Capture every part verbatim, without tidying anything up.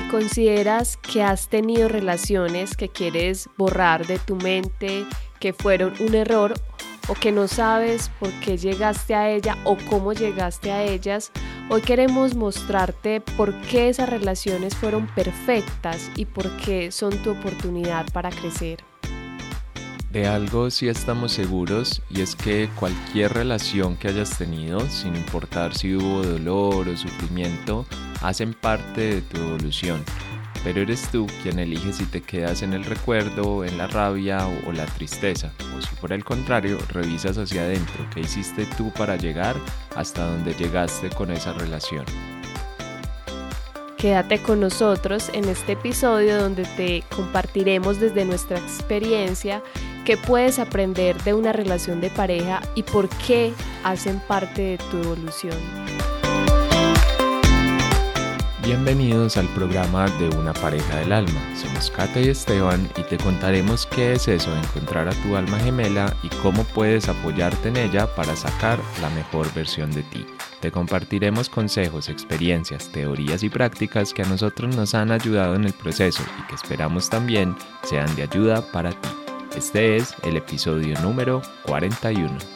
consideras que has tenido relaciones que quieres borrar de tu mente, que fueron un error o que no sabes por qué llegaste a ella o cómo llegaste a ellas, hoy queremos mostrarte por qué esas relaciones fueron perfectas y por qué son tu oportunidad para crecer. De algo sí estamos seguros, y es que cualquier relación que hayas tenido, sin importar si hubo dolor o sufrimiento, hacen parte de tu evolución. Pero eres tú quien elige si te quedas en el recuerdo, en la rabia o, o la tristeza, o si por el contrario revisas hacia adentro qué hiciste tú para llegar hasta donde llegaste con esa relación. Quédate con nosotros en este episodio donde te compartiremos desde nuestra experiencia qué puedes aprender de una relación de pareja y por qué hacen parte de tu evolución. Bienvenidos al programa de Una Pareja del Alma. Somos Cata y Esteban y te contaremos qué es eso de encontrar a tu alma gemela y cómo puedes apoyarte en ella para sacar la mejor versión de ti. Te compartiremos consejos, experiencias, teorías y prácticas que a nosotros nos han ayudado en el proceso y que esperamos también sean de ayuda para ti. Este es el episodio número cuarenta y uno.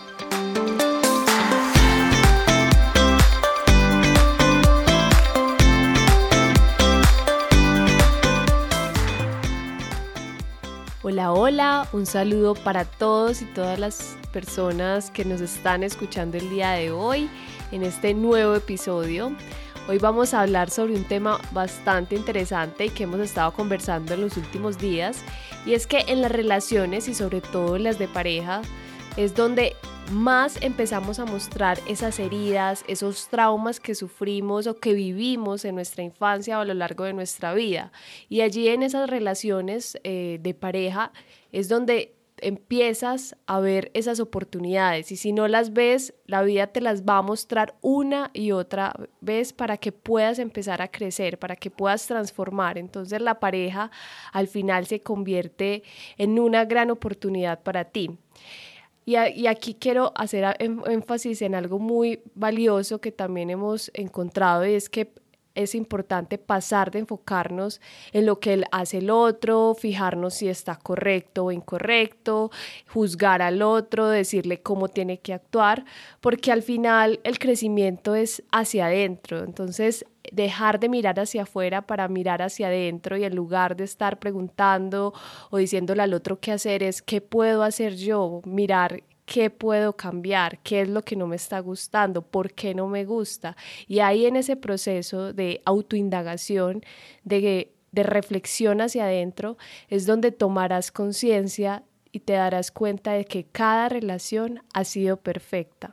Hola, hola, un saludo para todos y todas las personas que nos están escuchando el día de hoy en este nuevo episodio. Hoy vamos a hablar sobre un tema bastante interesante y que hemos estado conversando en los últimos días, y es que en las relaciones y sobre todo en las de pareja es donde más empezamos a mostrar esas heridas, esos traumas que sufrimos o que vivimos en nuestra infancia o a lo largo de nuestra vida. Y allí en esas relaciones eh, de pareja es donde empiezas a ver esas oportunidades, y si no las ves, la vida te las va a mostrar una y otra vez para que puedas empezar a crecer, para que puedas transformar. Entonces la pareja al final se convierte en una gran oportunidad para ti. Y, a, y aquí quiero hacer énfasis en algo muy valioso que también hemos encontrado, y es que es importante pasar de enfocarnos en lo que él hace el otro, fijarnos si está correcto o incorrecto, juzgar al otro, decirle cómo tiene que actuar, porque al final el crecimiento es hacia adentro. Entonces, dejar de mirar hacia afuera para mirar hacia adentro, y en lugar de estar preguntando o diciéndole al otro qué hacer, es qué puedo hacer yo, mirar qué puedo cambiar, qué es lo que no me está gustando, por qué no me gusta. Y ahí en ese proceso de autoindagación, de, de reflexión hacia adentro, es donde tomarás conciencia y te darás cuenta de que cada relación ha sido perfecta.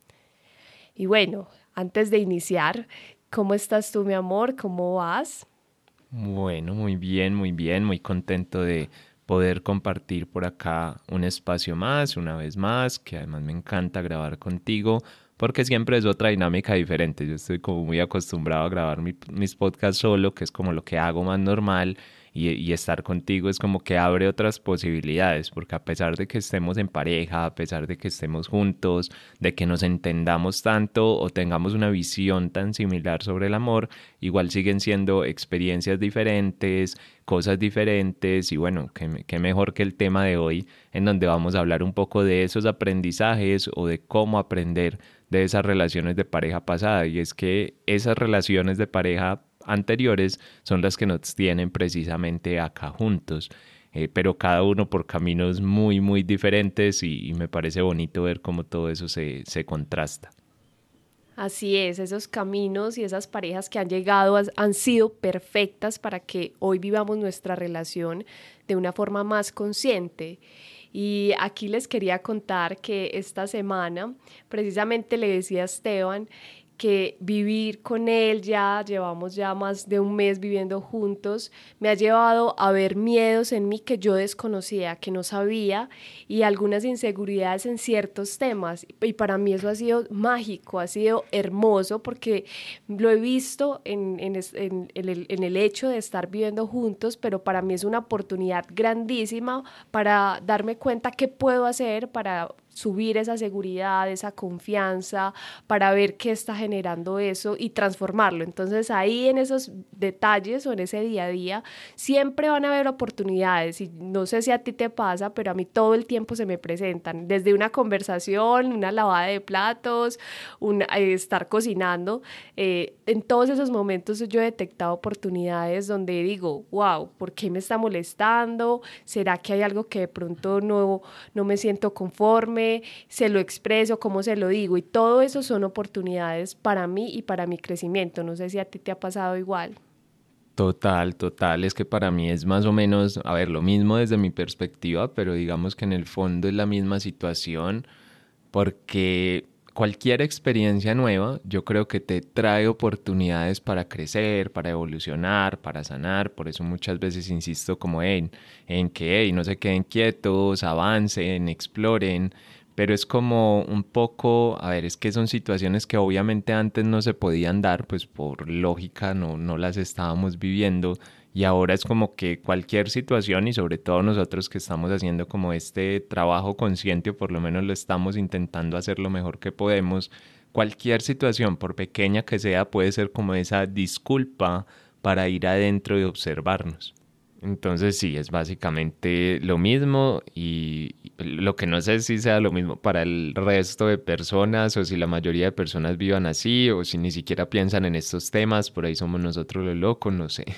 Y bueno, antes de iniciar, ¿cómo estás tú, mi amor? ¿Cómo vas? Bueno, muy bien, muy bien, muy contento de poder compartir por acá un espacio más, una vez más, que además me encanta grabar contigo, porque siempre es otra dinámica diferente. Yo estoy como muy acostumbrado a grabar mi, mis podcasts solo, que es como lo que hago más normal, y, y estar contigo es como que abre otras posibilidades, porque a pesar de que estemos en pareja, a pesar de que estemos juntos, de que nos entendamos tanto o tengamos una visión tan similar sobre el amor, igual siguen siendo experiencias diferentes, cosas diferentes, y bueno, qué, qué mejor que el tema de hoy, en donde vamos a hablar un poco de esos aprendizajes o de cómo aprender de esas relaciones de pareja pasada. Y es que esas relaciones de pareja anteriores son las que nos tienen precisamente acá juntos, eh, pero cada uno por caminos muy muy diferentes, y, y me parece bonito ver cómo todo eso se, se contrasta. Así es, esos caminos y esas parejas que han llegado han sido perfectas para que hoy vivamos nuestra relación de una forma más consciente. Y aquí les quería contar que esta semana precisamente le decía a Esteban que vivir con él, ya llevamos ya más de un mes viviendo juntos, me ha llevado a ver miedos en mí que yo desconocía, que no sabía, y algunas inseguridades en ciertos temas, y para mí eso ha sido mágico, ha sido hermoso, porque lo he visto en, en, en, en, el, en el hecho de estar viviendo juntos, pero para mí es una oportunidad grandísima para darme cuenta qué puedo hacer para subir esa seguridad, esa confianza, para ver qué está generando eso y transformarlo. Entonces ahí en esos detalles o en ese día a día siempre van a haber oportunidades y no sé si a ti te pasa, pero a mí todo el tiempo se me presentan, desde una conversación, una lavada de platos, un, eh, estar cocinando, eh, en todos esos momentos yo he detectado oportunidades donde digo, wow, ¿por qué me está molestando? ¿Será que hay algo que de pronto no, no me siento conforme? Se lo expreso, cómo se lo digo, y todo eso son oportunidades para mí y para mi crecimiento. No sé si a ti te ha pasado igual. Total, total, es que para mí es más o menos, a ver, lo mismo desde mi perspectiva, pero digamos que en el fondo es la misma situación, porque cualquier experiencia nueva yo creo que te trae oportunidades para crecer, para evolucionar, para sanar. Por eso muchas veces insisto como en, en que hey, no se queden quietos, avancen, exploren, pero es como un poco, a ver, es que son situaciones que obviamente antes no se podían dar, pues por lógica no, no las estábamos viviendo, y ahora es como que cualquier situación, y sobre todo nosotros que estamos haciendo como este trabajo consciente, o por lo menos lo estamos intentando hacer lo mejor que podemos, cualquier situación, por pequeña que sea, puede ser como esa disculpa para ir adentro y observarnos. Entonces sí, es básicamente lo mismo, y lo que no sé si sea lo mismo para el resto de personas, o si la mayoría de personas vivan así, o si ni siquiera piensan en estos temas, por ahí somos nosotros los locos, no sé.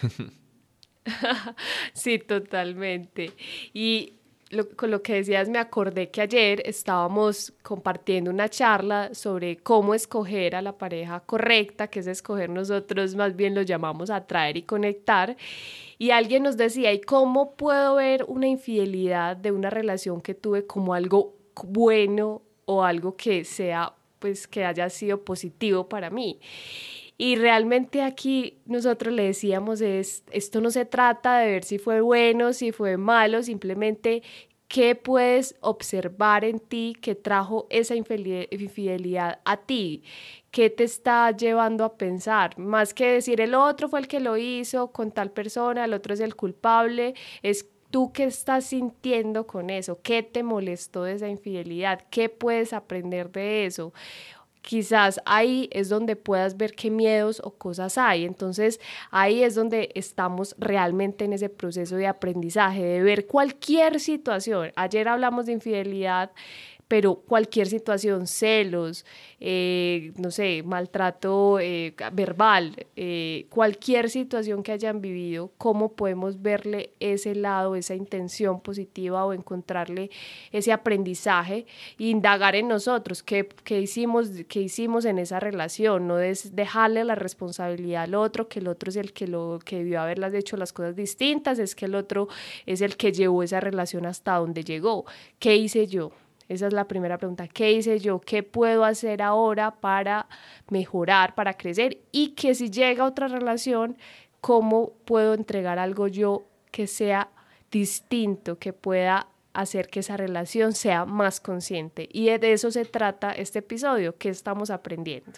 Sí, totalmente. Y lo- con lo que decías, me acordé que ayer estábamos compartiendo una charla sobre cómo escoger a la pareja correcta, que es escoger, nosotros más bien lo llamamos atraer y conectar. Y alguien nos decía, ¿y cómo puedo ver una infidelidad de una relación que tuve como algo bueno o algo que sea, pues que haya sido positivo para mí? Y realmente aquí nosotros le decíamos, es, esto no se trata de ver si fue bueno, si fue malo, simplemente qué puedes observar en ti que trajo esa infidelidad a ti, qué te está llevando a pensar, más que decir el otro fue el que lo hizo con tal persona, el otro es el culpable, es tú qué estás sintiendo con eso, qué te molestó de esa infidelidad, qué puedes aprender de eso. Quizás ahí es donde puedas ver qué miedos o cosas hay. Entonces ahí es donde estamos realmente en ese proceso de aprendizaje, de ver cualquier situación. Ayer hablamos de infidelidad, pero cualquier situación, celos, eh, no sé, maltrato eh, verbal, eh, cualquier situación que hayan vivido, cómo podemos verle ese lado, esa intención positiva o encontrarle ese aprendizaje e indagar en nosotros qué, qué hicimos, qué hicimos en esa relación, no es dejarle la responsabilidad al otro, que el otro es el que, lo, que debió haberlas hecho las cosas distintas, es que el otro es el que llevó esa relación hasta donde llegó. ¿Qué hice yo? Esa es la primera pregunta. ¿Qué hice yo? ¿Qué puedo hacer ahora para mejorar, para crecer? Y que si llega otra relación, ¿cómo puedo entregar algo yo que sea distinto, que pueda hacer que esa relación sea más consciente? Y de eso se trata este episodio. ¿Qué estamos aprendiendo?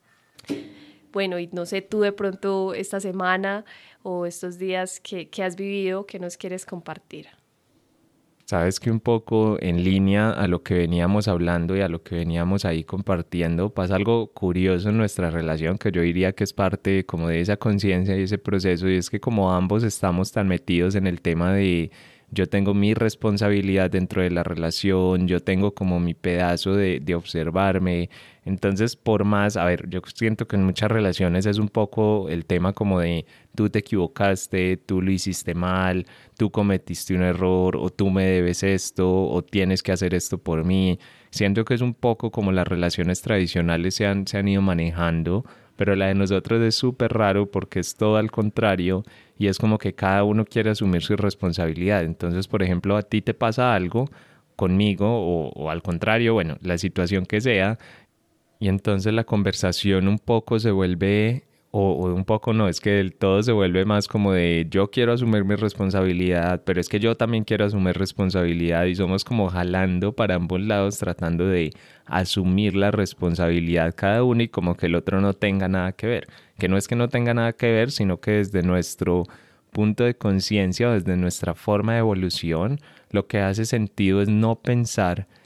Bueno, y no sé tú de pronto esta semana o estos días que, que has vivido, que nos quieres compartir. Sabes que un poco en línea a lo que veníamos hablando y a lo que veníamos ahí compartiendo, pasa algo curioso en nuestra relación que yo diría que es parte como de esa conciencia y ese proceso, y es que como ambos estamos tan metidos en el tema de yo tengo mi responsabilidad dentro de la relación, yo tengo como mi pedazo de, de observarme. Entonces, por más, a ver, yo siento que en muchas relaciones es un poco el tema como de tú te equivocaste, tú lo hiciste mal, tú cometiste un error, o tú me debes esto, o tienes que hacer esto por mí. Siento que es un poco como las relaciones tradicionales se han, se han ido manejando, pero la de nosotros es súper raro porque es todo al contrario, y es como que cada uno quiere asumir su responsabilidad. Entonces, por ejemplo, a ti te pasa algo conmigo, o, o al contrario, bueno, la situación que sea, y entonces la conversación un poco se vuelve, o, o un poco no, es que del todo se vuelve más como de yo quiero asumir mi responsabilidad, pero es que yo también quiero asumir responsabilidad, y somos como jalando para ambos lados tratando de asumir la responsabilidad cada uno, y como que el otro no tenga nada que ver. Que no es que no tenga nada que ver, sino que desde nuestro punto de conciencia o desde nuestra forma de evolución, lo que hace sentido es no pensar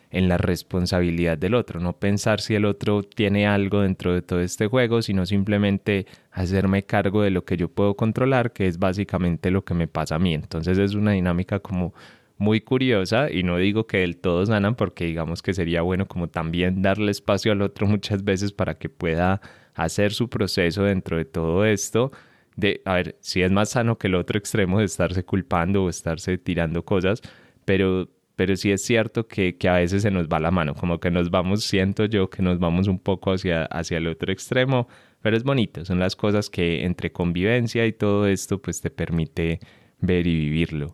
en la responsabilidad del otro, no pensar si el otro tiene algo dentro de todo este juego, sino simplemente hacerme cargo de lo que yo puedo controlar, que es básicamente lo que me pasa a mí. Entonces es una dinámica como muy curiosa, y no digo que del todo sana, porque digamos que sería bueno como también darle espacio al otro muchas veces para que pueda hacer su proceso dentro de todo esto. De, a ver, si es más sano que el otro extremo de estarse culpando o estarse tirando cosas, pero pero sí es cierto que, que a veces se nos va la mano, como que nos vamos, siento yo, que nos vamos un poco hacia, hacia el otro extremo, pero es bonito, son las cosas que entre convivencia y todo esto, pues te permite ver y vivirlo.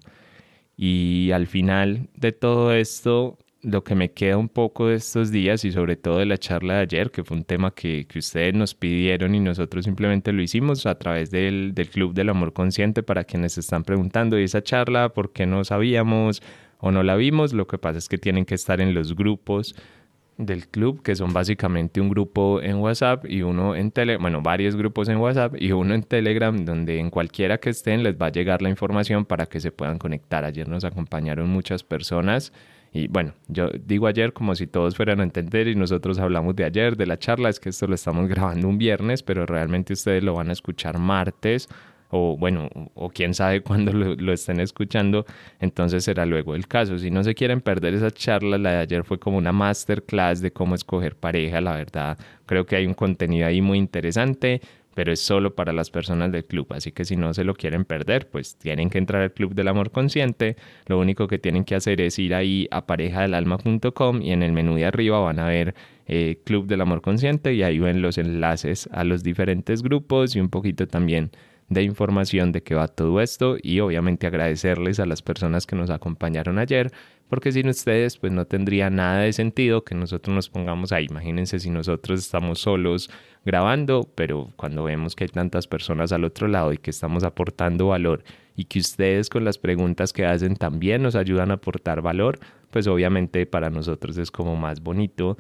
Y al final de todo esto, lo que me queda un poco de estos días y sobre todo de la charla de ayer, que fue un tema que, que ustedes nos pidieron y nosotros simplemente lo hicimos a través del, del Club del Amor Consciente, para quienes están preguntando, ¿y esa charla por qué no sabíamos o no la vimos? Lo que pasa es que tienen que estar en los grupos del club, que son básicamente un grupo en WhatsApp y uno en Telegram, bueno, varios grupos en WhatsApp y uno en Telegram, donde en cualquiera que estén les va a llegar la información para que se puedan conectar. Ayer nos acompañaron muchas personas y bueno, yo digo ayer como si todos fueran a entender y nosotros hablamos de ayer, de la charla, es que esto lo estamos grabando un viernes, pero realmente ustedes lo van a escuchar martes, o bueno, o quién sabe cuándo lo, lo estén escuchando, entonces será luego el caso. Si no se quieren perder esa charla, la de ayer fue como una masterclass de cómo escoger pareja, la verdad, creo que hay un contenido ahí muy interesante, pero es solo para las personas del club, así que si no se lo quieren perder, pues tienen que entrar al Club del Amor Consciente. Lo único que tienen que hacer es ir ahí a pareja del alma punto com y en el menú de arriba van a ver eh, Club del Amor Consciente y ahí ven los enlaces a los diferentes grupos y un poquito también de información de qué va todo esto, y obviamente agradecerles a las personas que nos acompañaron ayer, porque sin ustedes pues no tendría nada de sentido que nosotros nos pongamos ahí. Imagínense si nosotros estamos solos grabando, pero cuando vemos que hay tantas personas al otro lado y que estamos aportando valor y que ustedes con las preguntas que hacen también nos ayudan a aportar valor, pues obviamente para nosotros es como más bonito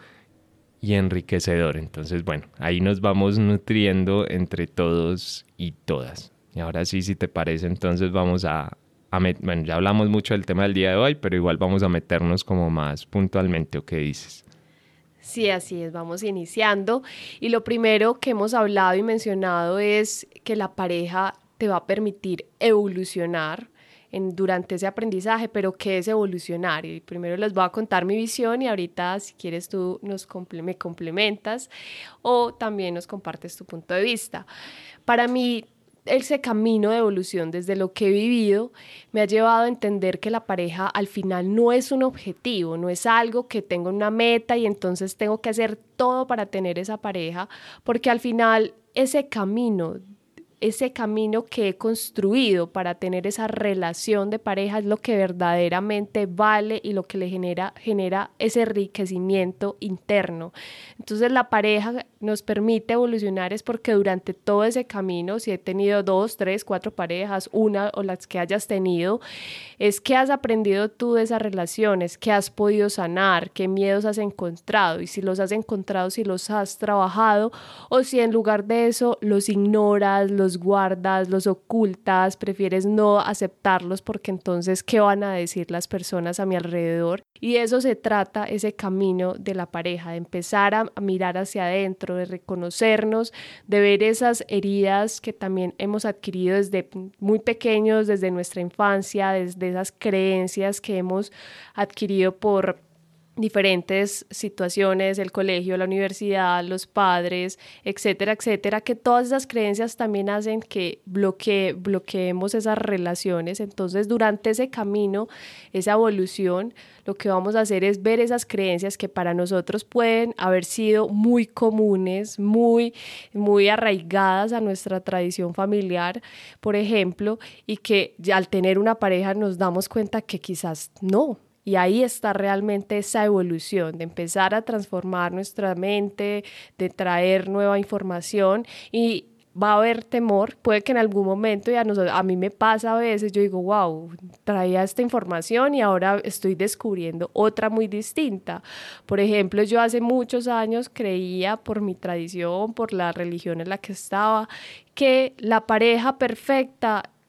y enriquecedor. Entonces, bueno, ahí nos vamos nutriendo entre todos y todas. Y ahora sí, si te parece, entonces vamos a, a met- bueno, ya hablamos mucho del tema del día de hoy, pero igual vamos a meternos como más puntualmente, ¿o qué dices? Sí, así es, vamos iniciando. Y lo primero que hemos hablado y mencionado es que la pareja te va a permitir evolucionar en, durante ese aprendizaje, pero ¿qué es evolucionar? Y primero les voy a contar mi visión y ahorita si quieres tú nos comple- me complementas o también nos compartes tu punto de vista. Para mí, ese camino de evolución desde lo que he vivido me ha llevado a entender que la pareja al final no es un objetivo, no es algo que tengo una meta y entonces tengo que hacer todo para tener esa pareja, porque al final ese camino ese camino que he construido para tener esa relación de pareja es lo que verdaderamente vale y lo que le genera, genera ese enriquecimiento interno. Entonces la pareja nos permite evolucionar es porque durante todo ese camino, si he tenido dos, tres, cuatro parejas, una o las que hayas tenido, es que has aprendido tú de esas relaciones, que has podido sanar, qué miedos has encontrado y si los has encontrado, si los has trabajado o si en lugar de eso los ignoras, los guardas, los ocultas, prefieres no aceptarlos porque entonces ¿qué van a decir las personas a mi alrededor? Y de eso se trata ese camino de la pareja, de empezar a, a mirar hacia adentro, de reconocernos, de ver esas heridas que también hemos adquirido desde muy pequeños, desde nuestra infancia, desde esas creencias que hemos adquirido por diferentes situaciones, el colegio, la universidad, los padres, etcétera, etcétera, que todas esas creencias también hacen que bloquee, bloqueemos esas relaciones. Entonces, durante ese camino, esa evolución, lo que vamos a hacer es ver esas creencias que para nosotros pueden haber sido muy comunes, muy, muy arraigadas a nuestra tradición familiar, por ejemplo, y que ya al tener una pareja nos damos cuenta que quizás no. Y ahí está realmente esa evolución de empezar a transformar nuestra mente, de traer nueva información y va a haber temor, puede que en algún momento, y a, nosotros, a mí me pasa a veces, yo digo, wow, traía esta información y ahora estoy descubriendo otra muy distinta. Por ejemplo, yo hace muchos años creía por mi tradición, por la religión en la que estaba, que la pareja perfecta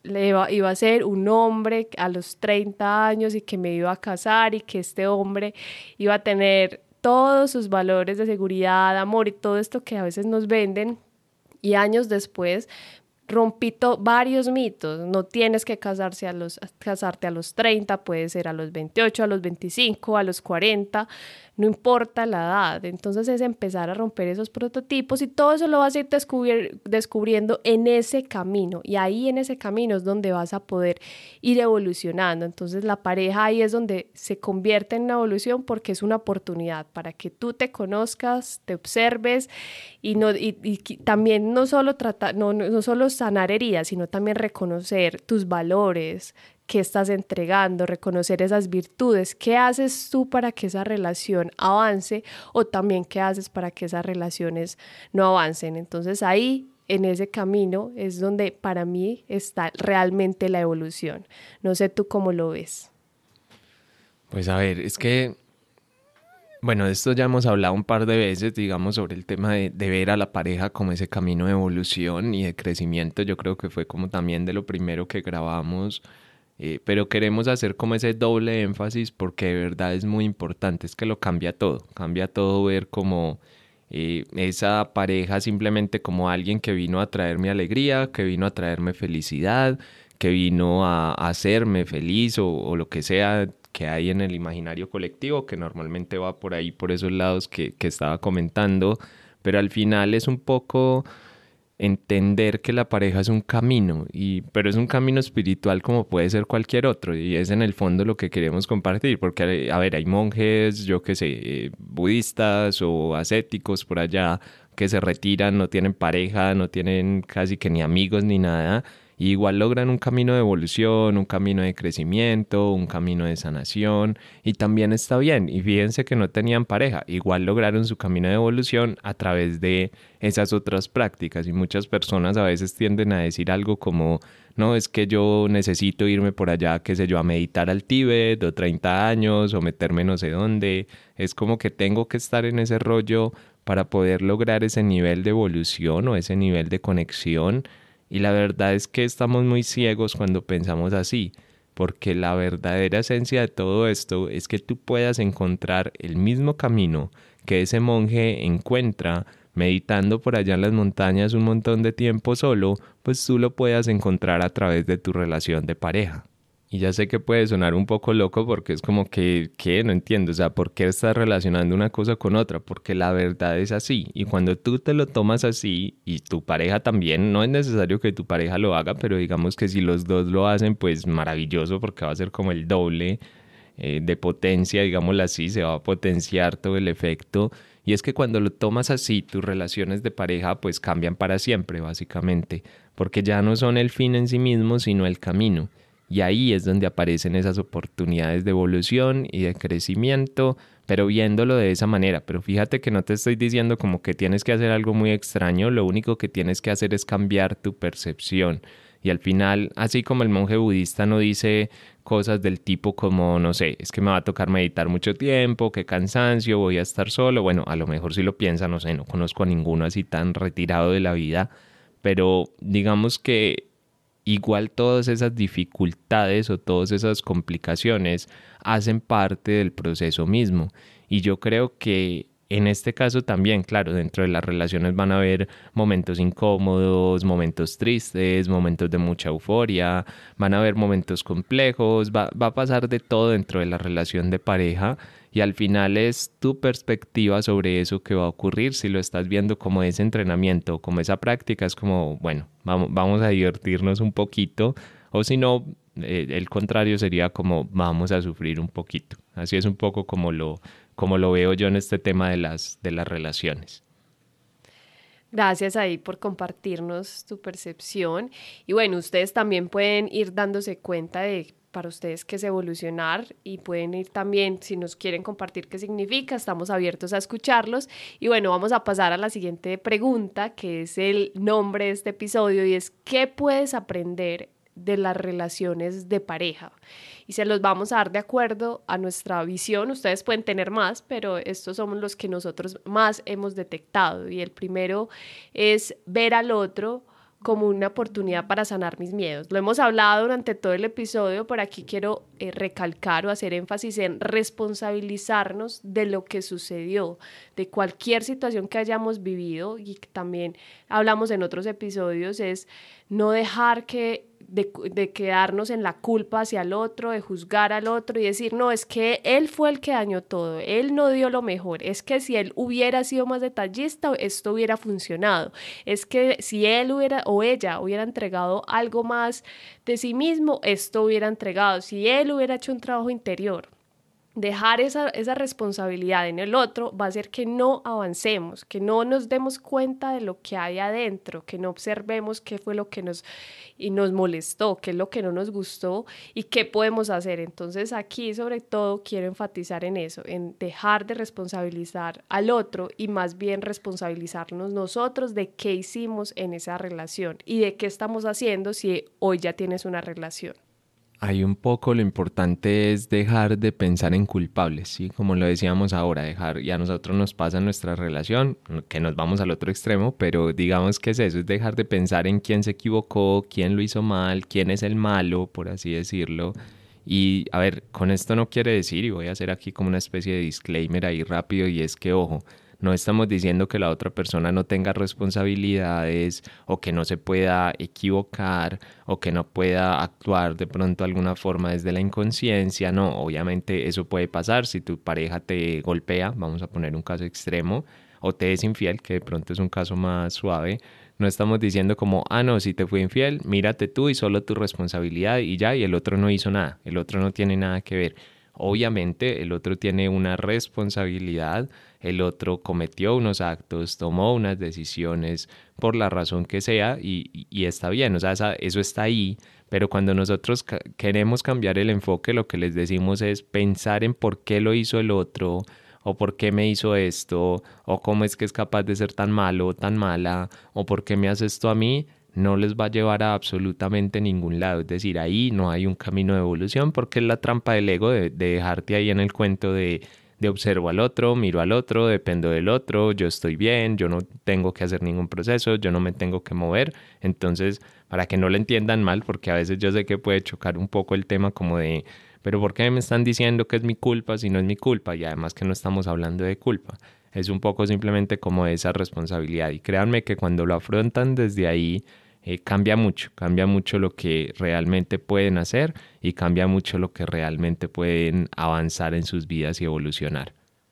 le iba, iba a ser un hombre a los treinta años y que me iba a casar y que este hombre iba a tener todos sus valores de seguridad, amor y todo esto que a veces nos venden. Y años después rompí to- varios mitos. No tienes que casarse a los, casarte a los treinta, puede ser a los veintiocho, a los veinticinco, a los cuarenta, no importa la edad. Entonces es empezar a romper esos prototipos y todo eso lo vas a ir descubri- descubriendo en ese camino, y ahí en ese camino es donde vas a poder ir evolucionando. Entonces la pareja ahí es donde se convierte en una evolución, porque es una oportunidad para que tú te conozcas, te observes y, no, y, y también no solo, tratar, no, no, no solo sanar heridas, sino también reconocer tus valores, qué estás entregando, reconocer esas virtudes, qué haces tú para que esa relación avance, o también qué haces para que esas relaciones no avancen. Entonces ahí, en ese camino, es donde para mí está realmente la evolución. No sé tú cómo lo ves. Pues a ver, es que, bueno, de esto ya hemos hablado un par de veces, digamos, sobre el tema de, de ver a la pareja como ese camino de evolución y de crecimiento. Yo creo que fue como también de lo primero que grabamos, eh, pero queremos hacer como ese doble énfasis porque de verdad es muy importante, es que lo cambia todo, cambia todo ver como eh, esa pareja simplemente como alguien que vino a traerme alegría, que vino a traerme felicidad, que vino a, a hacerme feliz o, o lo que sea que hay en el imaginario colectivo, que normalmente va por ahí, por esos lados que, que estaba comentando, pero al final es un poco entender que la pareja es un camino, y, pero es un camino espiritual como puede ser cualquier otro, y es en el fondo lo que queremos compartir, porque a ver, hay monjes, yo qué sé, eh, budistas o ascéticos por allá que se retiran, no tienen pareja, no tienen casi que ni amigos ni nada, y igual logran un camino de evolución, un camino de crecimiento, un camino de sanación, y también está bien. Y fíjense que no tenían pareja, igual lograron su camino de evolución a través de esas otras prácticas. Y muchas personas a veces tienden a decir algo como, no, es que yo necesito irme por allá, qué sé yo, a meditar al Tíbet o treinta años o meterme no sé dónde. Es como que tengo que estar en ese rollo para poder lograr ese nivel de evolución o ese nivel de conexión. Y la verdad es que estamos muy ciegos cuando pensamos así, porque la verdadera esencia de todo esto es que tú puedas encontrar el mismo camino que ese monje encuentra meditando por allá en las montañas un montón de tiempo solo, pues tú lo puedas encontrar a través de tu relación de pareja. Y ya sé que puede sonar un poco loco porque es como que, ¿qué? No entiendo, o sea, ¿por qué estás relacionando una cosa con otra? Porque la verdad es así. Y cuando tú te lo tomas así y tu pareja también, no es necesario que tu pareja lo haga, pero digamos que si los dos lo hacen, pues maravilloso, porque va a ser como el doble eh, de potencia, digámoslo así, se va a potenciar todo el efecto. Y es que cuando lo tomas así, tus relaciones de pareja pues cambian para siempre, básicamente, porque ya no son el fin en sí mismo, sino el camino. Y ahí es donde aparecen esas oportunidades de evolución y de crecimiento, pero viéndolo de esa manera. Pero fíjate que no te estoy diciendo como que tienes que hacer algo muy extraño, lo único que tienes que hacer es cambiar tu percepción. Y al final, así como el monje budista no dice cosas del tipo como, no sé, es que me va a tocar meditar mucho tiempo, qué cansancio, voy a estar solo. Bueno, a lo mejor si lo piensa, no sé, no conozco a ninguno así tan retirado de la vida, pero digamos que igual todas esas dificultades o todas esas complicaciones hacen parte del proceso mismo. Y yo creo que en este caso también, claro, dentro de las relaciones van a haber momentos incómodos, momentos tristes, momentos de mucha euforia, van a haber momentos complejos, va, va a pasar de todo dentro de la relación de pareja. Y al final es tu perspectiva sobre eso que va a ocurrir. Si lo estás viendo como ese entrenamiento, como esa práctica, es como, bueno, vamos, vamos a divertirnos un poquito. O si no, eh, el contrario sería como, vamos a sufrir un poquito. Así es un poco como lo, como lo veo yo en este tema de las, de las relaciones. Gracias ahí por compartirnos tu percepción. Y bueno, ustedes también pueden ir dándose cuenta de para ustedes qué es evolucionar, y pueden ir también, si nos quieren compartir qué significa, estamos abiertos a escucharlos. Y bueno, vamos a pasar a la siguiente pregunta, que es el nombre de este episodio, y es ¿qué puedes aprender de las relaciones de pareja? Y se los vamos a dar de acuerdo a nuestra visión. Ustedes pueden tener más, pero estos son los que nosotros más hemos detectado. Y el primero es ver al otro, como una oportunidad para sanar mis miedos. Lo hemos hablado durante todo el episodio, pero aquí quiero eh, recalcar o hacer énfasis en responsabilizarnos de lo que sucedió, de cualquier situación que hayamos vivido, y que también hablamos en otros episodios, es no dejar que De, de quedarnos en la culpa hacia el otro, de juzgar al otro y decir, no, es que él fue el que dañó todo, él no dio lo mejor, es que si él hubiera sido más detallista, esto hubiera funcionado, es que si él hubiera o ella hubiera entregado algo más de sí mismo, esto hubiera entregado, si él hubiera hecho un trabajo interior. Dejar esa, esa responsabilidad en el otro va a hacer que no avancemos, que no nos demos cuenta de lo que hay adentro, que no observemos qué fue lo que nos, y nos molestó, qué es lo que no nos gustó y qué podemos hacer. Entonces aquí sobre todo quiero enfatizar en eso, en dejar de responsabilizar al otro y más bien responsabilizarnos nosotros de qué hicimos en esa relación y de qué estamos haciendo si hoy ya tienes una relación. Hay un poco lo importante es dejar de pensar en culpables, ¿sí? Como lo decíamos ahora, dejar, y a nosotros nos pasa en nuestra relación, que nos vamos al otro extremo, pero digamos que es eso, es dejar de pensar en quién se equivocó, quién lo hizo mal, quién es el malo, por así decirlo. Y a ver, con esto no quiere decir, y voy a hacer aquí como una especie de disclaimer ahí rápido, y es que, ojo, no estamos diciendo que la otra persona no tenga responsabilidades o que no se pueda equivocar o que no pueda actuar de pronto de alguna forma desde la inconsciencia. No, obviamente eso puede pasar si tu pareja te golpea, vamos a poner un caso extremo, o te es infiel, que de pronto es un caso más suave. No estamos diciendo como, ah, no, si te fui infiel, mírate tú y solo tu responsabilidad y ya, y el otro no hizo nada, el otro no tiene nada que ver. Obviamente el otro tiene una responsabilidad, el otro cometió unos actos, tomó unas decisiones por la razón que sea y, y está bien, o sea, esa, eso está ahí, pero cuando nosotros ca- queremos cambiar el enfoque, lo que les decimos es pensar en por qué lo hizo el otro o por qué me hizo esto o cómo es que es capaz de ser tan malo o tan mala o por qué me hace esto a mí. No les va a llevar a absolutamente ningún lado. Es decir, ahí no hay un camino de evolución porque es la trampa del ego de, de dejarte ahí en el cuento de, de observo al otro, miro al otro, dependo del otro, yo estoy bien, yo no tengo que hacer ningún proceso, yo no me tengo que mover. Entonces, para que no lo entiendan mal, porque a veces yo sé que puede chocar un poco el tema como de, pero ¿por qué me están diciendo que es mi culpa si no es mi culpa? Y además que no estamos hablando de culpa. Es un poco simplemente como esa responsabilidad. Y créanme que cuando lo afrontan desde ahí, eh, cambia mucho, cambia mucho lo que realmente pueden hacer y cambia mucho lo que realmente pueden avanzar en sus vidas y evolucionar.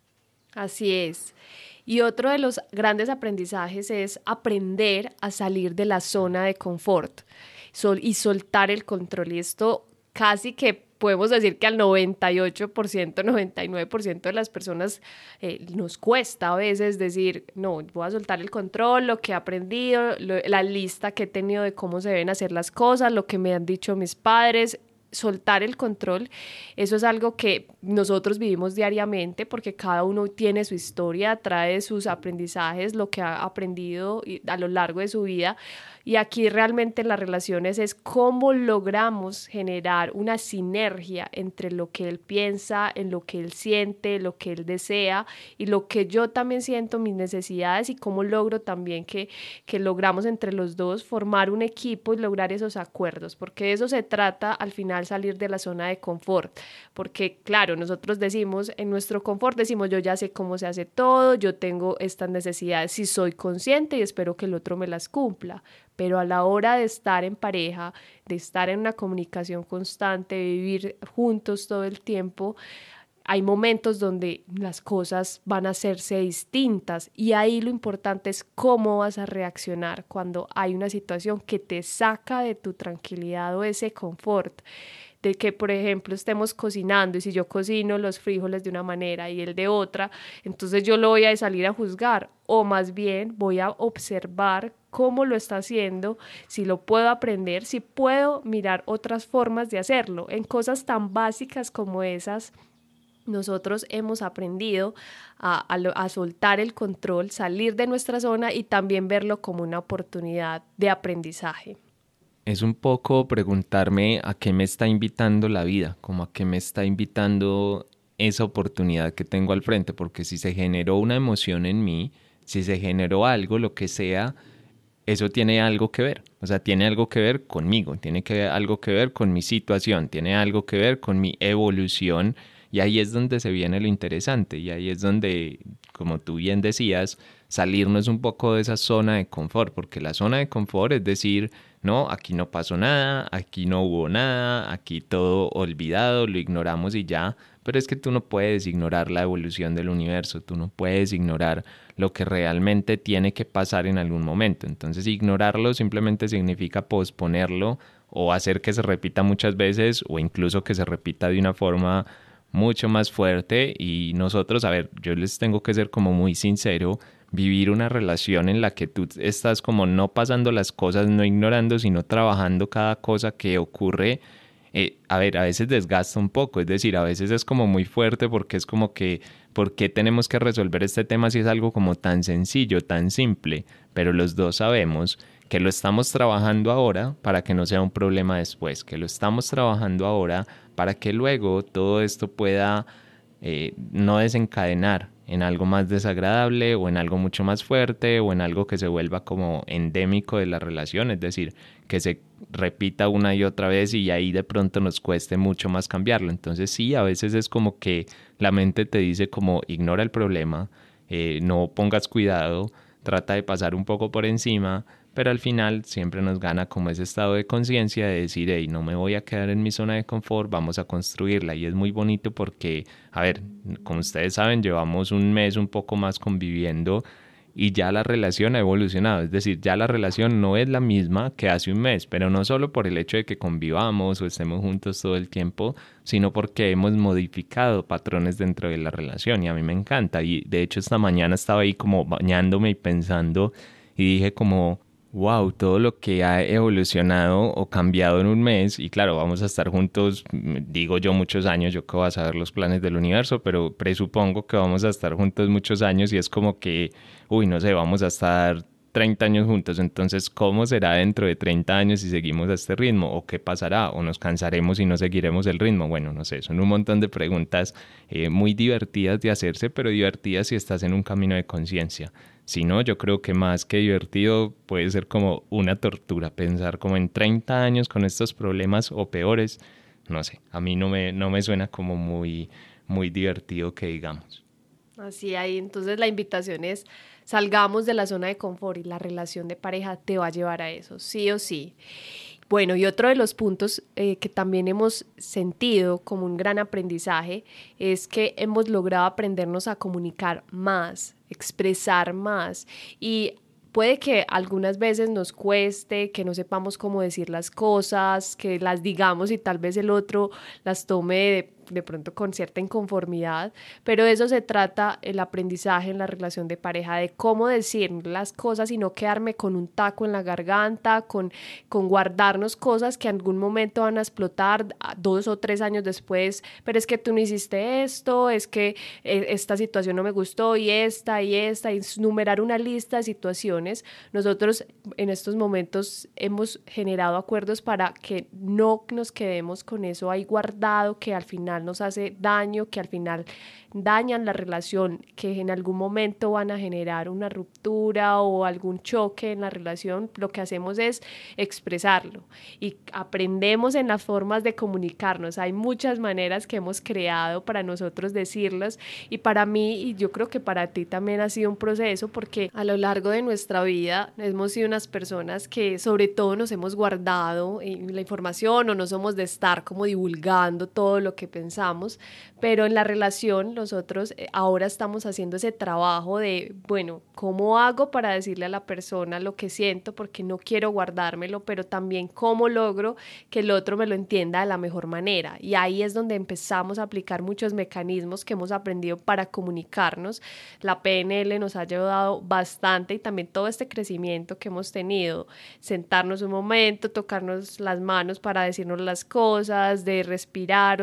Así es. Y otro de los grandes aprendizajes es aprender a salir de la zona de confort sol- y soltar el control. Y esto casi que podemos decir que al noventa y ocho por ciento, noventa y nueve por ciento de las personas eh, nos cuesta a veces decir, no, voy a soltar el control, lo que he aprendido, lo, la lista que he tenido de cómo se deben hacer las cosas, lo que me han dicho mis padres. Soltar el control, eso es algo que nosotros vivimos diariamente porque cada uno tiene su historia, trae sus aprendizajes, lo que ha aprendido a lo largo de su vida. Y aquí realmente en las relaciones es cómo logramos generar una sinergia entre lo que él piensa, en lo que él siente, lo que él desea y lo que yo también siento, mis necesidades, y cómo logro también que, que logramos entre los dos formar un equipo y lograr esos acuerdos, porque de eso se trata al final, salir de la zona de confort. Porque claro, nosotros decimos, en nuestro confort decimos, yo ya sé cómo se hace todo, yo tengo estas necesidades, si soy consciente y espero que el otro me las cumpla. Pero a la hora de estar en pareja, de estar en una comunicación constante, de vivir juntos todo el tiempo, hay momentos donde las cosas van a hacerse distintas y ahí lo importante es cómo vas a reaccionar cuando hay una situación que te saca de tu tranquilidad o ese confort. De que, por ejemplo, estemos cocinando y si yo cocino los frijoles de una manera y él de otra, entonces yo lo voy a salir a juzgar, o más bien voy a observar cómo lo está haciendo, si lo puedo aprender, si puedo mirar otras formas de hacerlo. En cosas tan básicas como esas, nosotros hemos aprendido a, a, a soltar el control, salir de nuestra zona y también verlo como una oportunidad de aprendizaje. Es un poco preguntarme a qué me está invitando la vida, como a qué me está invitando esa oportunidad que tengo al frente, porque si se generó una emoción en mí, si se generó algo, lo que sea, eso tiene algo que ver, o sea, tiene algo que ver conmigo, tiene que, algo que ver con mi situación, tiene algo que ver con mi evolución y ahí es donde se viene lo interesante y ahí es donde, como tú bien decías, salirnos un poco de esa zona de confort, porque la zona de confort es decir, no, aquí no pasó nada, aquí no hubo nada, aquí todo olvidado, lo ignoramos y ya, pero es que tú no puedes ignorar la evolución del universo, tú no puedes ignorar lo que realmente tiene que pasar en algún momento. Entonces ignorarlo simplemente significa posponerlo o hacer que se repita muchas veces o incluso que se repita de una forma mucho más fuerte y nosotros, a ver, yo les tengo que ser como muy sincero, vivir una relación en la que tú estás como no pasando las cosas, no ignorando, sino trabajando cada cosa que ocurre, eh, a ver, a veces desgasta un poco, es decir, a veces es como muy fuerte porque es como que, ¿por qué tenemos que resolver este tema si es algo como tan sencillo, tan simple? Pero los dos sabemos que lo estamos trabajando ahora para que no sea un problema después, que lo estamos trabajando ahora para que luego todo esto pueda eh, no desencadenar en algo más desagradable o en algo mucho más fuerte o en algo que se vuelva como endémico de la relación, es decir, que se repita una y otra vez y ahí de pronto nos cueste mucho más cambiarlo. Entonces sí, a veces es como que la mente te dice como ignora el problema, eh, no pongas cuidado, trata de pasar un poco por encima, pero al final siempre nos gana como ese estado de conciencia de decir, hey, no me voy a quedar en mi zona de confort, vamos a construirla. Y es muy bonito porque, a ver, como ustedes saben, llevamos un mes un poco más conviviendo y ya la relación ha evolucionado, es decir, ya la relación no es la misma que hace un mes, pero no solo por el hecho de que convivamos o estemos juntos todo el tiempo, sino porque hemos modificado patrones dentro de la relación y a mí me encanta. Y de hecho esta mañana estaba ahí como bañándome y pensando y dije como wow, todo lo que ha evolucionado o cambiado en un mes, y claro, vamos a estar juntos, digo yo, muchos años, yo que voy a saber los planes del universo, pero presupongo que vamos a estar juntos muchos años y es como que, uy, no sé, vamos a estar treinta años juntos, entonces, ¿cómo será dentro de treinta años si seguimos a este ritmo? ¿O qué pasará? ¿O nos cansaremos y no seguiremos el ritmo? Bueno, no sé, son un montón de preguntas eh, muy divertidas de hacerse, pero divertidas si estás en un camino de conciencia. Si no, yo creo que más que divertido puede ser como una tortura pensar como en treinta años con estos problemas o peores. No sé, a mí no me, no me suena como muy, muy divertido que digamos. Así ahí, entonces la invitación es salgamos de la zona de confort y la relación de pareja te va a llevar a eso, sí o sí. Bueno, y otro de los puntos eh, que también hemos sentido como un gran aprendizaje es que hemos logrado aprendernos a comunicar más, expresar más y puede que algunas veces nos cueste, que no sepamos cómo decir las cosas, que las digamos y tal vez el otro las tome de, de pronto con cierta inconformidad, pero de eso se trata el aprendizaje en la relación de pareja, de cómo decir las cosas y no quedarme con un taco en la garganta, con, con guardarnos cosas que en algún momento van a explotar dos o tres años después, pero es que tú no hiciste esto, es que eh, esta situación no me gustó y esta y esta, y numerar una lista de situaciones. Nosotros en estos momentos hemos generado acuerdos para que no nos quedemos con eso ahí guardado, que al final nos hace daño, que al final dañan la relación, que en algún momento van a generar una ruptura o algún choque en la relación. Lo que hacemos es expresarlo y aprendemos en las formas de comunicarnos. Hay muchas maneras que hemos creado para nosotros decirlas y para mí, y yo creo que para ti también ha sido un proceso, porque a lo largo de nuestra vida hemos sido unas personas que sobre todo nos hemos guardado la información o no somos de estar como divulgando todo lo que pensamos, pero en la relación nosotros ahora estamos haciendo ese trabajo de, bueno, ¿cómo hago para decirle a la persona lo que siento? Porque no quiero guardármelo, pero también cómo logro que el otro me lo entienda de la mejor manera. Y ahí es donde empezamos a aplicar muchos mecanismos que hemos aprendido para comunicarnos. La P N L nos ha ayudado bastante y también todo este crecimiento que hemos tenido. Sentarnos un momento, tocarnos las manos para decirnos las cosas, de respirar, o sea, hay muchas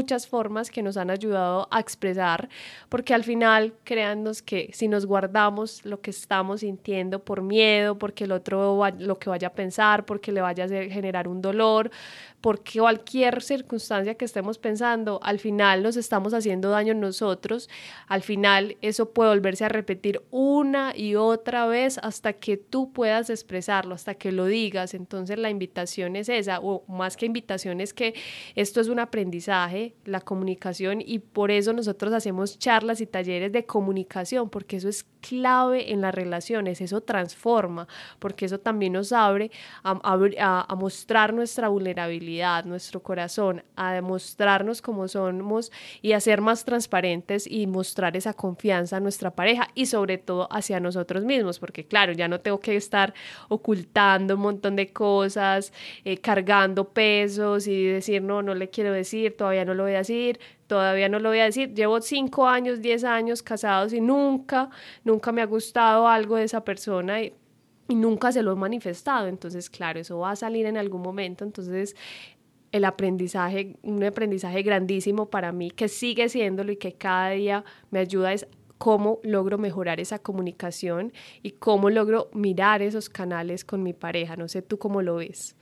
muchas formas que nos han ayudado a expresar, porque al final, créannos que si nos guardamos lo que estamos sintiendo por miedo, porque el otro va, lo que vaya a pensar, porque le vaya a hacer, generar un dolor, porque cualquier circunstancia que estemos pensando, al final nos estamos haciendo daño nosotros, al final eso puede volverse a repetir una y otra vez hasta que tú puedas expresarlo, hasta que lo digas. Entonces la invitación es esa, o más que invitación es que esto es un aprendizaje, la comunicación, y por eso nosotros hacemos charlas y talleres de comunicación, porque eso es clave en las relaciones, eso transforma, porque eso también nos abre a, a, a mostrar nuestra vulnerabilidad, nuestro corazón, a demostrarnos cómo somos y a ser más transparentes y mostrar esa confianza a nuestra pareja y sobre todo hacia nosotros mismos, porque claro, ya no tengo que estar ocultando un montón de cosas, eh, cargando pesos y decir no, no le quiero decir, todavía no lo voy a decir, todavía no lo voy a decir, llevo cinco años, diez años casados y nunca, nunca me ha gustado algo de esa persona y y nunca se lo he manifestado. Entonces claro, eso va a salir en algún momento. Entonces el aprendizaje, un aprendizaje grandísimo para mí, que sigue siéndolo y que cada día me ayuda, es cómo logro mejorar esa comunicación y cómo logro mirar esos canales con mi pareja. No sé tú cómo lo ves.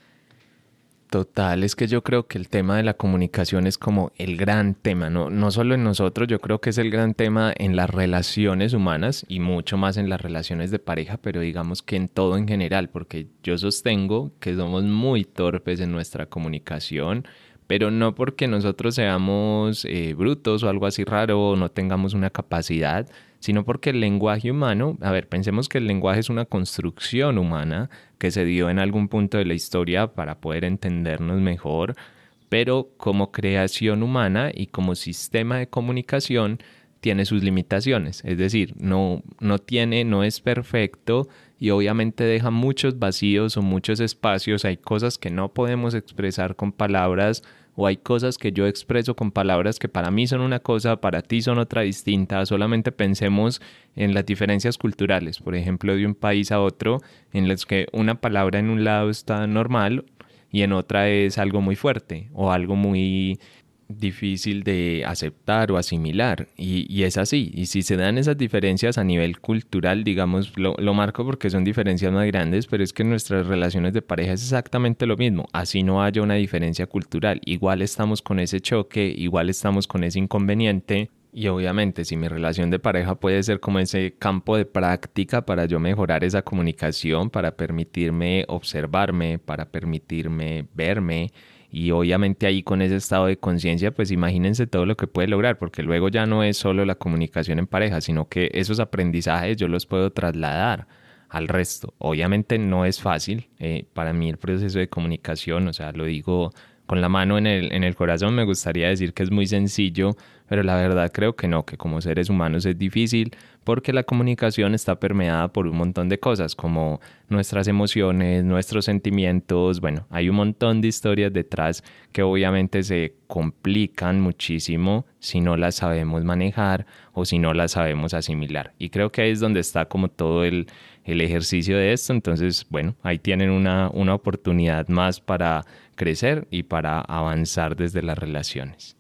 Total, es que yo creo que el tema de la comunicación es como el gran tema, no, no solo en nosotros, yo creo que es el gran tema en las relaciones humanas y mucho más en las relaciones de pareja, pero digamos que en todo en general, porque yo sostengo que somos muy torpes en nuestra comunicación, pero no porque nosotros seamos eh, brutos o algo así raro o no tengamos una capacidad, sino porque el lenguaje humano, a ver, pensemos que el lenguaje es una construcción humana que se dio en algún punto de la historia para poder entendernos mejor, pero como creación humana y como sistema de comunicación tiene sus limitaciones, es decir, no, no tiene, no es perfecto y obviamente deja muchos vacíos o muchos espacios, hay cosas que no podemos expresar con palabras o hay cosas que yo expreso con palabras que para mí son una cosa, para ti son otra distinta. Solamente pensemos en las diferencias culturales, por ejemplo, de un país a otro, en los que una palabra en un lado está normal y en otra es algo muy fuerte o algo muy difícil de aceptar o asimilar y, y es así, y si se dan esas diferencias a nivel cultural, digamos, lo, lo marco porque son diferencias más grandes, pero es que en nuestras relaciones de pareja es exactamente lo mismo, así no haya una diferencia cultural, igual estamos con ese choque, igual estamos con ese inconveniente. Y obviamente si mi relación de pareja puede ser como ese campo de práctica para yo mejorar esa comunicación, para permitirme observarme, para permitirme verme, y obviamente ahí con ese estado de conciencia, pues imagínense todo lo que puede lograr, porque luego ya no es solo la comunicación en pareja, sino que esos aprendizajes yo los puedo trasladar al resto. Obviamente no es fácil, eh, para mí el proceso de comunicación, o sea, lo digo con la mano en el, en el corazón, me gustaría decir que es muy sencillo, pero la verdad creo que no, que como seres humanos es difícil porque la comunicación está permeada por un montón de cosas como nuestras emociones, nuestros sentimientos, bueno, hay un montón de historias detrás que obviamente se complican muchísimo si no las sabemos manejar o si no las sabemos asimilar. Y creo que ahí es donde está como todo el, el ejercicio de esto. Entonces, bueno, ahí tienen una, una oportunidad más para crecer y para avanzar desde las relaciones.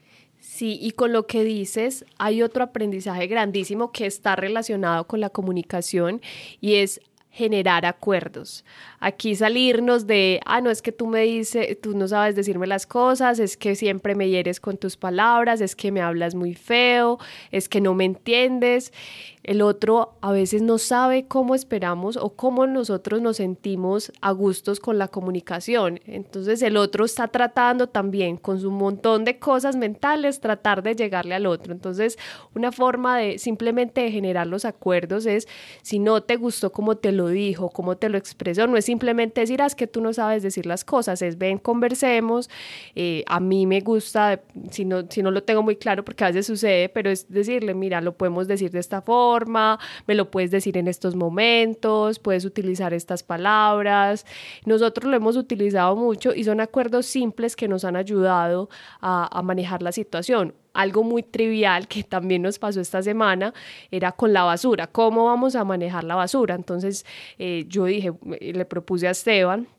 Sí, y con lo que dices, hay otro aprendizaje grandísimo que está relacionado con la comunicación y es generar acuerdos. Aquí salirnos de, ah, no, es que tú me dices, tú no sabes decirme las cosas, es que siempre me hieres con tus palabras, es que me hablas muy feo, es que no me entiendes. El otro a veces no sabe cómo esperamos o cómo nosotros nos sentimos a gustos con la comunicación. Entonces el otro está tratando también con su montón de cosas mentales, tratar de llegarle al otro. Entonces una forma de simplemente de generar los acuerdos es, si no te gustó cómo te lo dijo, cómo te lo expresó, no es simplemente decir, ah, es que tú no sabes decir las cosas, es ven, conversemos, eh, a mí me gusta, si no, si no lo tengo muy claro porque a veces sucede, pero es decirle, mira, lo podemos decir de esta forma, Forma, me lo puedes decir en estos momentos, puedes utilizar estas palabras. Nosotros lo hemos utilizado mucho y son acuerdos simples que nos han ayudado a, a manejar la situación. Algo muy trivial que también nos pasó esta semana era con la basura. ¿Cómo vamos a manejar la basura? Entonces eh, yo dije, le propuse a Esteban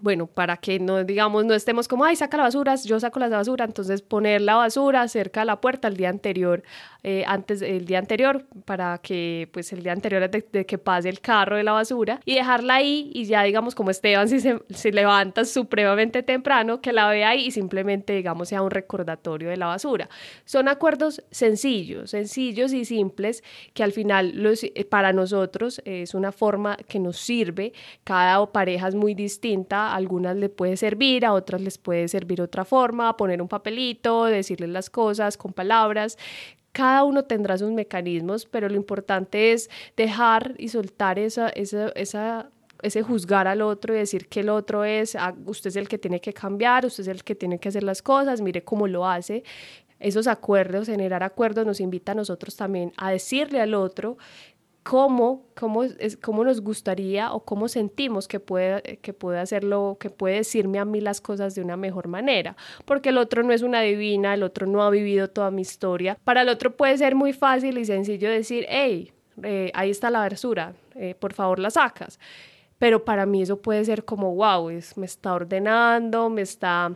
bueno, para que no, digamos, no estemos como, ay, saca la basura, yo saco la basura, entonces poner la basura cerca de la puerta el día anterior, eh, antes, el día anterior, para que, pues, el día anterior de, de que pase el carro de la basura y dejarla ahí y ya, digamos, como Esteban, si se, se levanta supremamente temprano, que la vea ahí y simplemente, digamos, sea un recordatorio de la basura. Son acuerdos sencillos, sencillos y simples que al final los, para nosotros es una forma que nos sirve. Cada pareja es muy distinta. A algunas les puede servir, a otras les puede servir otra forma, poner un papelito, decirles las cosas con palabras. Cada uno tendrá sus mecanismos, pero lo importante es dejar y soltar esa, esa, esa, ese juzgar al otro y decir que el otro es, ah, usted es el que tiene que cambiar, usted es el que tiene que hacer las cosas, mire cómo lo hace. Esos acuerdos, generar acuerdos, nos invita a nosotros también a decirle al otro cómo, cómo, es, cómo nos gustaría o cómo sentimos que puede, que puede hacerlo, que puede decirme a mí las cosas de una mejor manera, porque el otro no es una adivina, el otro no ha vivido toda mi historia. Para el otro puede ser muy fácil y sencillo decir, hey, eh, ahí está la basura, eh, por favor la sacas, pero para mí eso puede ser como, wow, es, me está ordenando, me está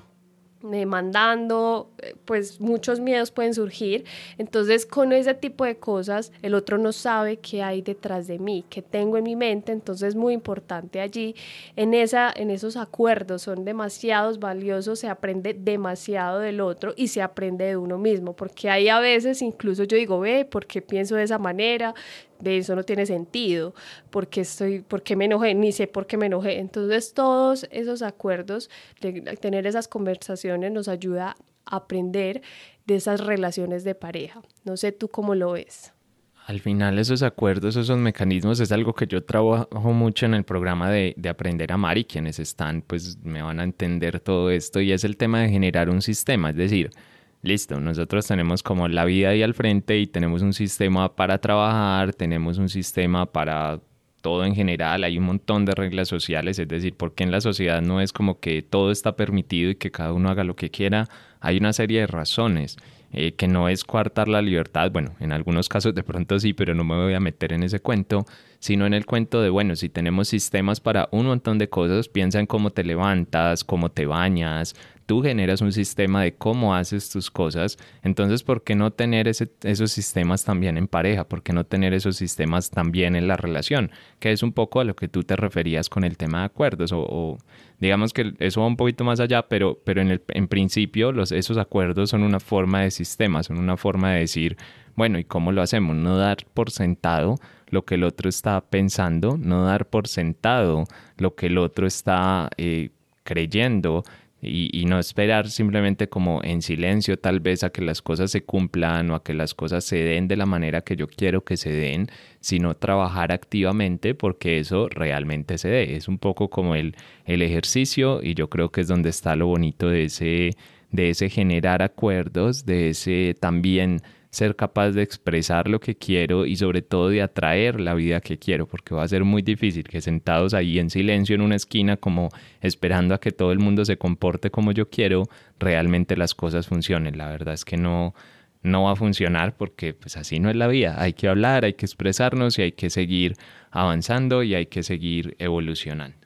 demandando, pues muchos miedos pueden surgir. Entonces con ese tipo de cosas el otro no sabe qué hay detrás de mí, qué tengo en mi mente. Entonces es muy importante allí en, esa, en esos acuerdos, son demasiados valiosos, se aprende demasiado del otro y se aprende de uno mismo, porque hay a veces incluso yo digo, ve, ¿por qué pienso de esa manera? De eso no tiene sentido, ¿por qué, estoy, por qué me enojé? Ni sé por qué me enojé. Entonces todos esos acuerdos, de tener esas conversaciones nos ayuda a aprender de esas relaciones de pareja. No sé tú cómo lo ves. Al final esos acuerdos, esos mecanismos es algo que yo trabajo mucho en el programa de, de Aprender a Amar, y quienes están pues me van a entender todo esto, y es el tema de generar un sistema, es decir, listo, nosotros tenemos como la vida ahí al frente y tenemos un sistema para trabajar, tenemos un sistema para todo en general, hay un montón de reglas sociales, es decir, porque en la sociedad no es como que todo está permitido y que cada uno haga lo que quiera, hay una serie de razones, eh, que no es coartar la libertad, bueno, en algunos casos de pronto sí, pero no me voy a meter en ese cuento, sino en el cuento de, bueno, si tenemos sistemas para un montón de cosas, piensa en cómo te levantas, cómo te bañas, tú generas un sistema de cómo haces tus cosas, entonces ¿por qué no tener ese, esos sistemas también en pareja? ¿Por qué no tener esos sistemas también en la relación? Que es un poco a lo que tú te referías con el tema de acuerdos, o, o digamos que eso va un poquito más allá, pero, pero en, el, en principio los, esos acuerdos son una forma de sistema, son una forma de decir, bueno, ¿y cómo lo hacemos? No dar por sentado lo que el otro está pensando, no dar por sentado lo que el otro está eh, creyendo, Y, y no esperar simplemente como en silencio tal vez a que las cosas se cumplan o a que las cosas se den de la manera que yo quiero que se den, sino trabajar activamente porque eso realmente se dé. Es un poco como el, el ejercicio, y yo creo que es donde está lo bonito de ese, de ese generar acuerdos, de ese también ser capaz de expresar lo que quiero y sobre todo de atraer la vida que quiero, porque va a ser muy difícil que sentados ahí en silencio en una esquina como esperando a que todo el mundo se comporte como yo quiero, realmente las cosas funcionen. La verdad es que no, no va a funcionar porque pues así no es la vida. Hay que hablar, hay que expresarnos y hay que seguir avanzando y hay que seguir evolucionando.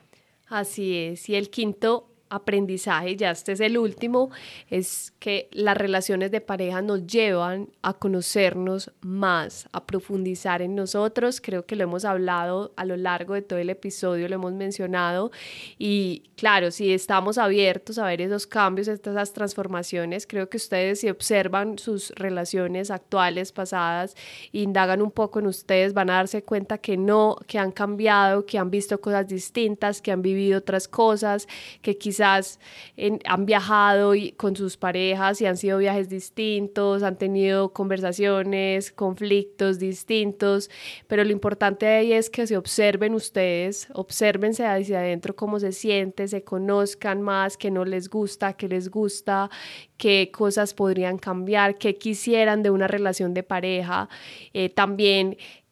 Así es. Y el quinto aprendizaje, ya este es el último, es que las relaciones de pareja nos llevan a conocernos más, a profundizar en nosotros. Creo que lo hemos hablado a lo largo de todo el episodio, lo hemos mencionado, y claro, si estamos abiertos a ver esos cambios, esas transformaciones, creo que ustedes, si observan sus relaciones actuales, pasadas, indagan un poco en ustedes, van a darse cuenta que no, que han cambiado, que han visto cosas distintas, que han vivido otras cosas, que quizás En, han viajado y, con sus parejas, y han sido viajes distintos, han tenido conversaciones, conflictos distintos, pero lo importante de ahí es que se observen ustedes, obsérvense hacia adentro cómo se sienten, se conozcan más, qué no les gusta, qué les gusta, qué cosas podrían cambiar, qué quisieran de una relación de pareja, eh, también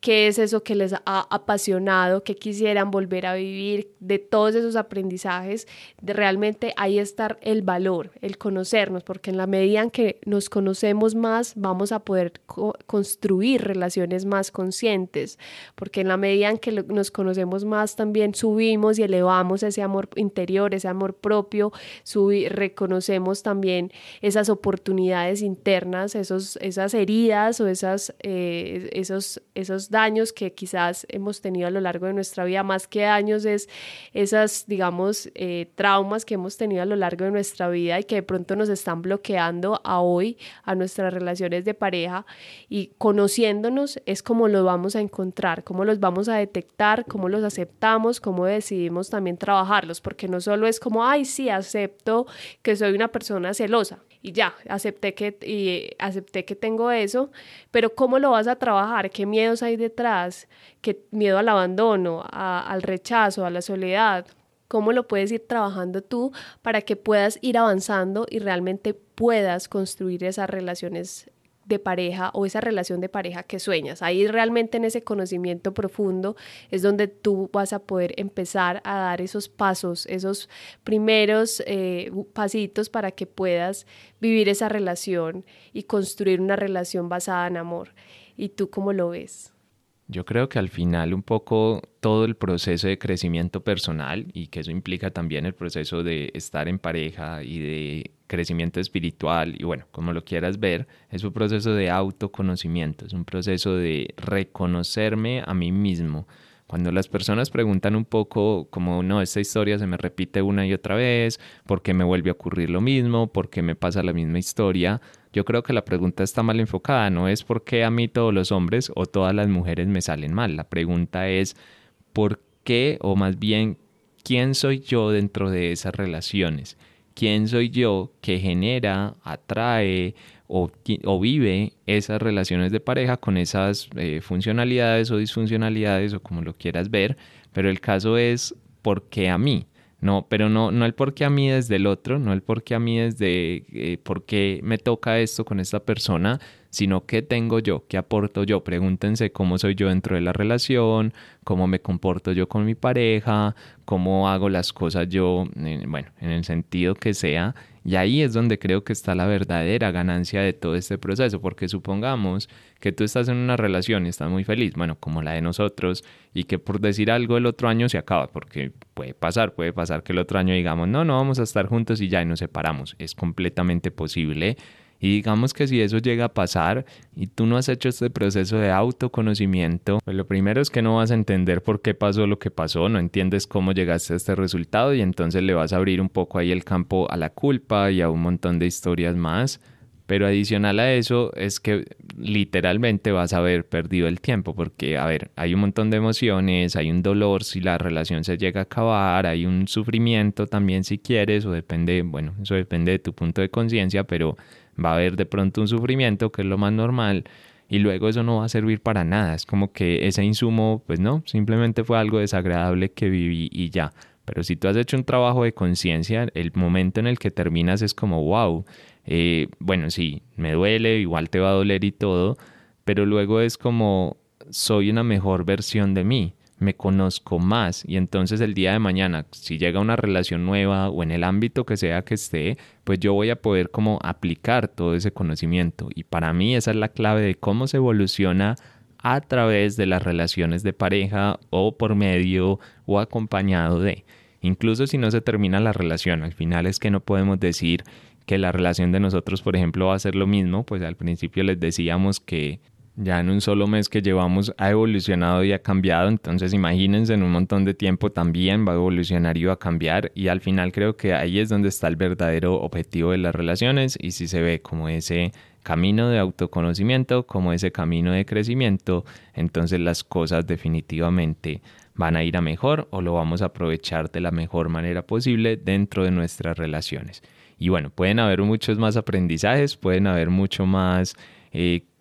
qué es eso que les ha apasionado, qué quisieran volver a vivir, de todos esos aprendizajes, de realmente ahí está el valor, el conocernos, porque en la medida en que nos conocemos más, vamos a poder co- construir relaciones más conscientes, porque en la medida en que lo, nos conocemos más, también subimos y elevamos ese amor interior, ese amor propio, subi- reconocemos también esas oportunidades internas, esos, esas heridas o esas, eh, esos, esos daños que quizás hemos tenido a lo largo de nuestra vida. Más que daños es esas, digamos, eh, traumas que hemos tenido a lo largo de nuestra vida y que de pronto nos están bloqueando a hoy, a nuestras relaciones de pareja, y conociéndonos es como los vamos a encontrar, cómo los vamos a detectar, cómo los aceptamos, cómo decidimos también trabajarlos, porque no solo es como, ay, sí, acepto que soy una persona celosa y ya, acepté que, y acepté que tengo eso, pero ¿cómo lo vas a trabajar? ¿Qué miedos hay detrás? ¿Qué miedo al abandono, a, al rechazo, a la soledad? ¿Cómo lo puedes ir trabajando tú para que puedas ir avanzando y realmente puedas construir esas relaciones de pareja o esa relación de pareja que sueñas? Ahí realmente en ese conocimiento profundo es donde tú vas a poder empezar a dar esos pasos, esos primeros eh, pasitos para que puedas vivir esa relación y construir una relación basada en amor. ¿Y tú cómo lo ves? Yo creo que al final un poco todo el proceso de crecimiento personal, y que eso implica también el proceso de estar en pareja y de crecimiento espiritual, y bueno, como lo quieras ver, es un proceso de autoconocimiento, es un proceso de reconocerme a mí mismo. Cuando las personas preguntan un poco como, no, esta historia se me repite una y otra vez, ¿por qué me vuelve a ocurrir lo mismo? ¿Por qué me pasa la misma historia? Yo creo que la pregunta está mal enfocada, no es por qué a mí todos los hombres o todas las mujeres me salen mal. La pregunta es por qué, o más bien, ¿quién soy yo dentro de esas relaciones? ¿Quién soy yo que genera, atrae o, o vive esas relaciones de pareja con esas eh, funcionalidades o disfuncionalidades, o como lo quieras ver? Pero el caso es ¿por qué a mí? No, pero no, no el por qué a mí desde el otro, no el por qué a mí desde eh, por qué me toca esto con esta persona, sino qué tengo yo, qué aporto yo. Pregúntense cómo soy yo dentro de la relación, cómo me comporto yo con mi pareja, cómo hago las cosas yo, eh, bueno, en el sentido que sea. Y ahí es donde creo que está la verdadera ganancia de todo este proceso, porque supongamos que tú estás en una relación y estás muy feliz, bueno, como la de nosotros, y que por decir algo el otro año se acaba, porque puede pasar, puede pasar que el otro año digamos, no, no vamos a estar juntos y ya y nos separamos, es completamente posible. Y digamos que si eso llega a pasar y tú no has hecho este proceso de autoconocimiento, pues lo primero es que no vas a entender por qué pasó lo que pasó, no entiendes cómo llegaste a este resultado, y entonces le vas a abrir un poco ahí el campo a la culpa y a un montón de historias más. Pero adicional a eso es que literalmente vas a haber perdido el tiempo, porque, a ver, hay un montón de emociones, hay un dolor si la relación se llega a acabar, hay un sufrimiento también si quieres, o depende, bueno, eso depende de tu punto de conciencia, pero va a haber de pronto un sufrimiento que es lo más normal, y luego eso no va a servir para nada. Es como que ese insumo, pues no, simplemente fue algo desagradable que viví y ya. Pero si tú has hecho un trabajo de conciencia, el momento en el que terminas es como, wow, eh, bueno, sí, me duele, igual te va a doler y todo, pero luego es como, soy una mejor versión de mí, me conozco más, y entonces el día de mañana, si llega una relación nueva o en el ámbito que sea que esté, pues yo voy a poder como aplicar todo ese conocimiento. Y para mí esa es la clave de cómo se evoluciona a través de las relaciones de pareja, o por medio o acompañado de. Incluso si no se termina la relación, al final es que no podemos decir que la relación de nosotros, por ejemplo, va a ser lo mismo. Pues al principio les decíamos que ya en un solo mes que llevamos ha evolucionado y ha cambiado, entonces imagínense en un montón de tiempo también va a evolucionar y va a cambiar, y al final creo que ahí es donde está el verdadero objetivo de las relaciones, y si se ve como ese camino de autoconocimiento, como ese camino de crecimiento, entonces las cosas definitivamente van a ir a mejor, o lo vamos a aprovechar de la mejor manera posible dentro de nuestras relaciones. Y bueno, pueden haber muchos más aprendizajes, pueden haber mucho más eh,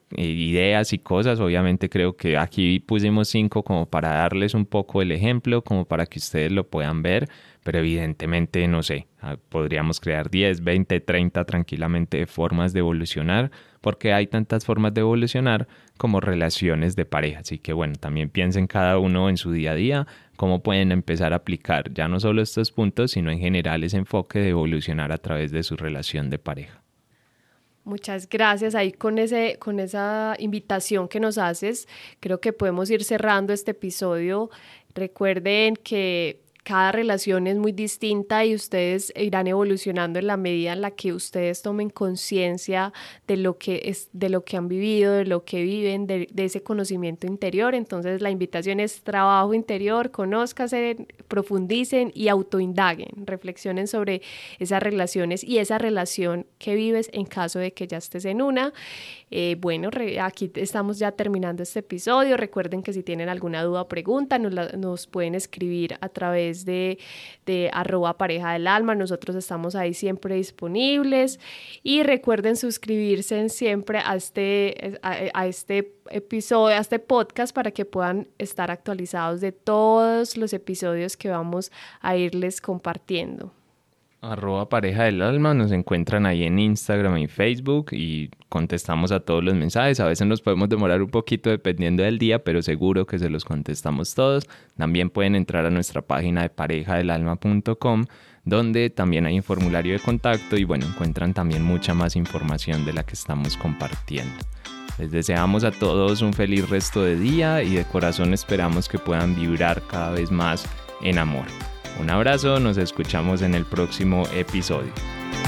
eh, ideas y cosas. Obviamente creo que aquí pusimos cinco como para darles un poco el ejemplo, como para que ustedes lo puedan ver, pero evidentemente, no sé, podríamos crear diez, veinte, treinta tranquilamente formas de evolucionar, porque hay tantas formas de evolucionar como relaciones de pareja. Así que bueno, también piensen cada uno en su día a día cómo pueden empezar a aplicar ya no solo estos puntos, sino en general ese enfoque de evolucionar a través de su relación de pareja. Muchas gracias. Ahí con, ese, con esa invitación que nos haces, creo que podemos ir cerrando este episodio. Recuerden que cada relación es muy distinta y ustedes irán evolucionando en la medida en la que ustedes tomen conciencia de lo que es, de lo que han vivido, de lo que viven, de, de ese conocimiento interior. Entonces la invitación es trabajo interior, conózcanse, profundicen y autoindaguen, reflexionen sobre esas relaciones y esa relación que vives en caso de que ya estés en una. Eh, bueno, re, aquí estamos ya terminando este episodio. Recuerden que si tienen alguna duda o pregunta nos, la, nos pueden escribir a través de, de arroba pareja del alma. Nosotros estamos ahí siempre disponibles y recuerden suscribirse siempre a este, a, a este episodio, a este podcast, para que puedan estar actualizados de todos los episodios que vamos a irles compartiendo. Arroba pareja del alma, nos encuentran ahí en Instagram y Facebook y contestamos a todos los mensajes. A veces nos podemos demorar un poquito dependiendo del día, pero seguro que se los contestamos todos. También pueden entrar a nuestra página de pareja del alma punto com, donde también hay un formulario de contacto y bueno, encuentran también mucha más información de la que estamos compartiendo. Les deseamos a todos un feliz resto de día y de corazón esperamos que puedan vibrar cada vez más en amor. Un abrazo, nos escuchamos en el próximo episodio.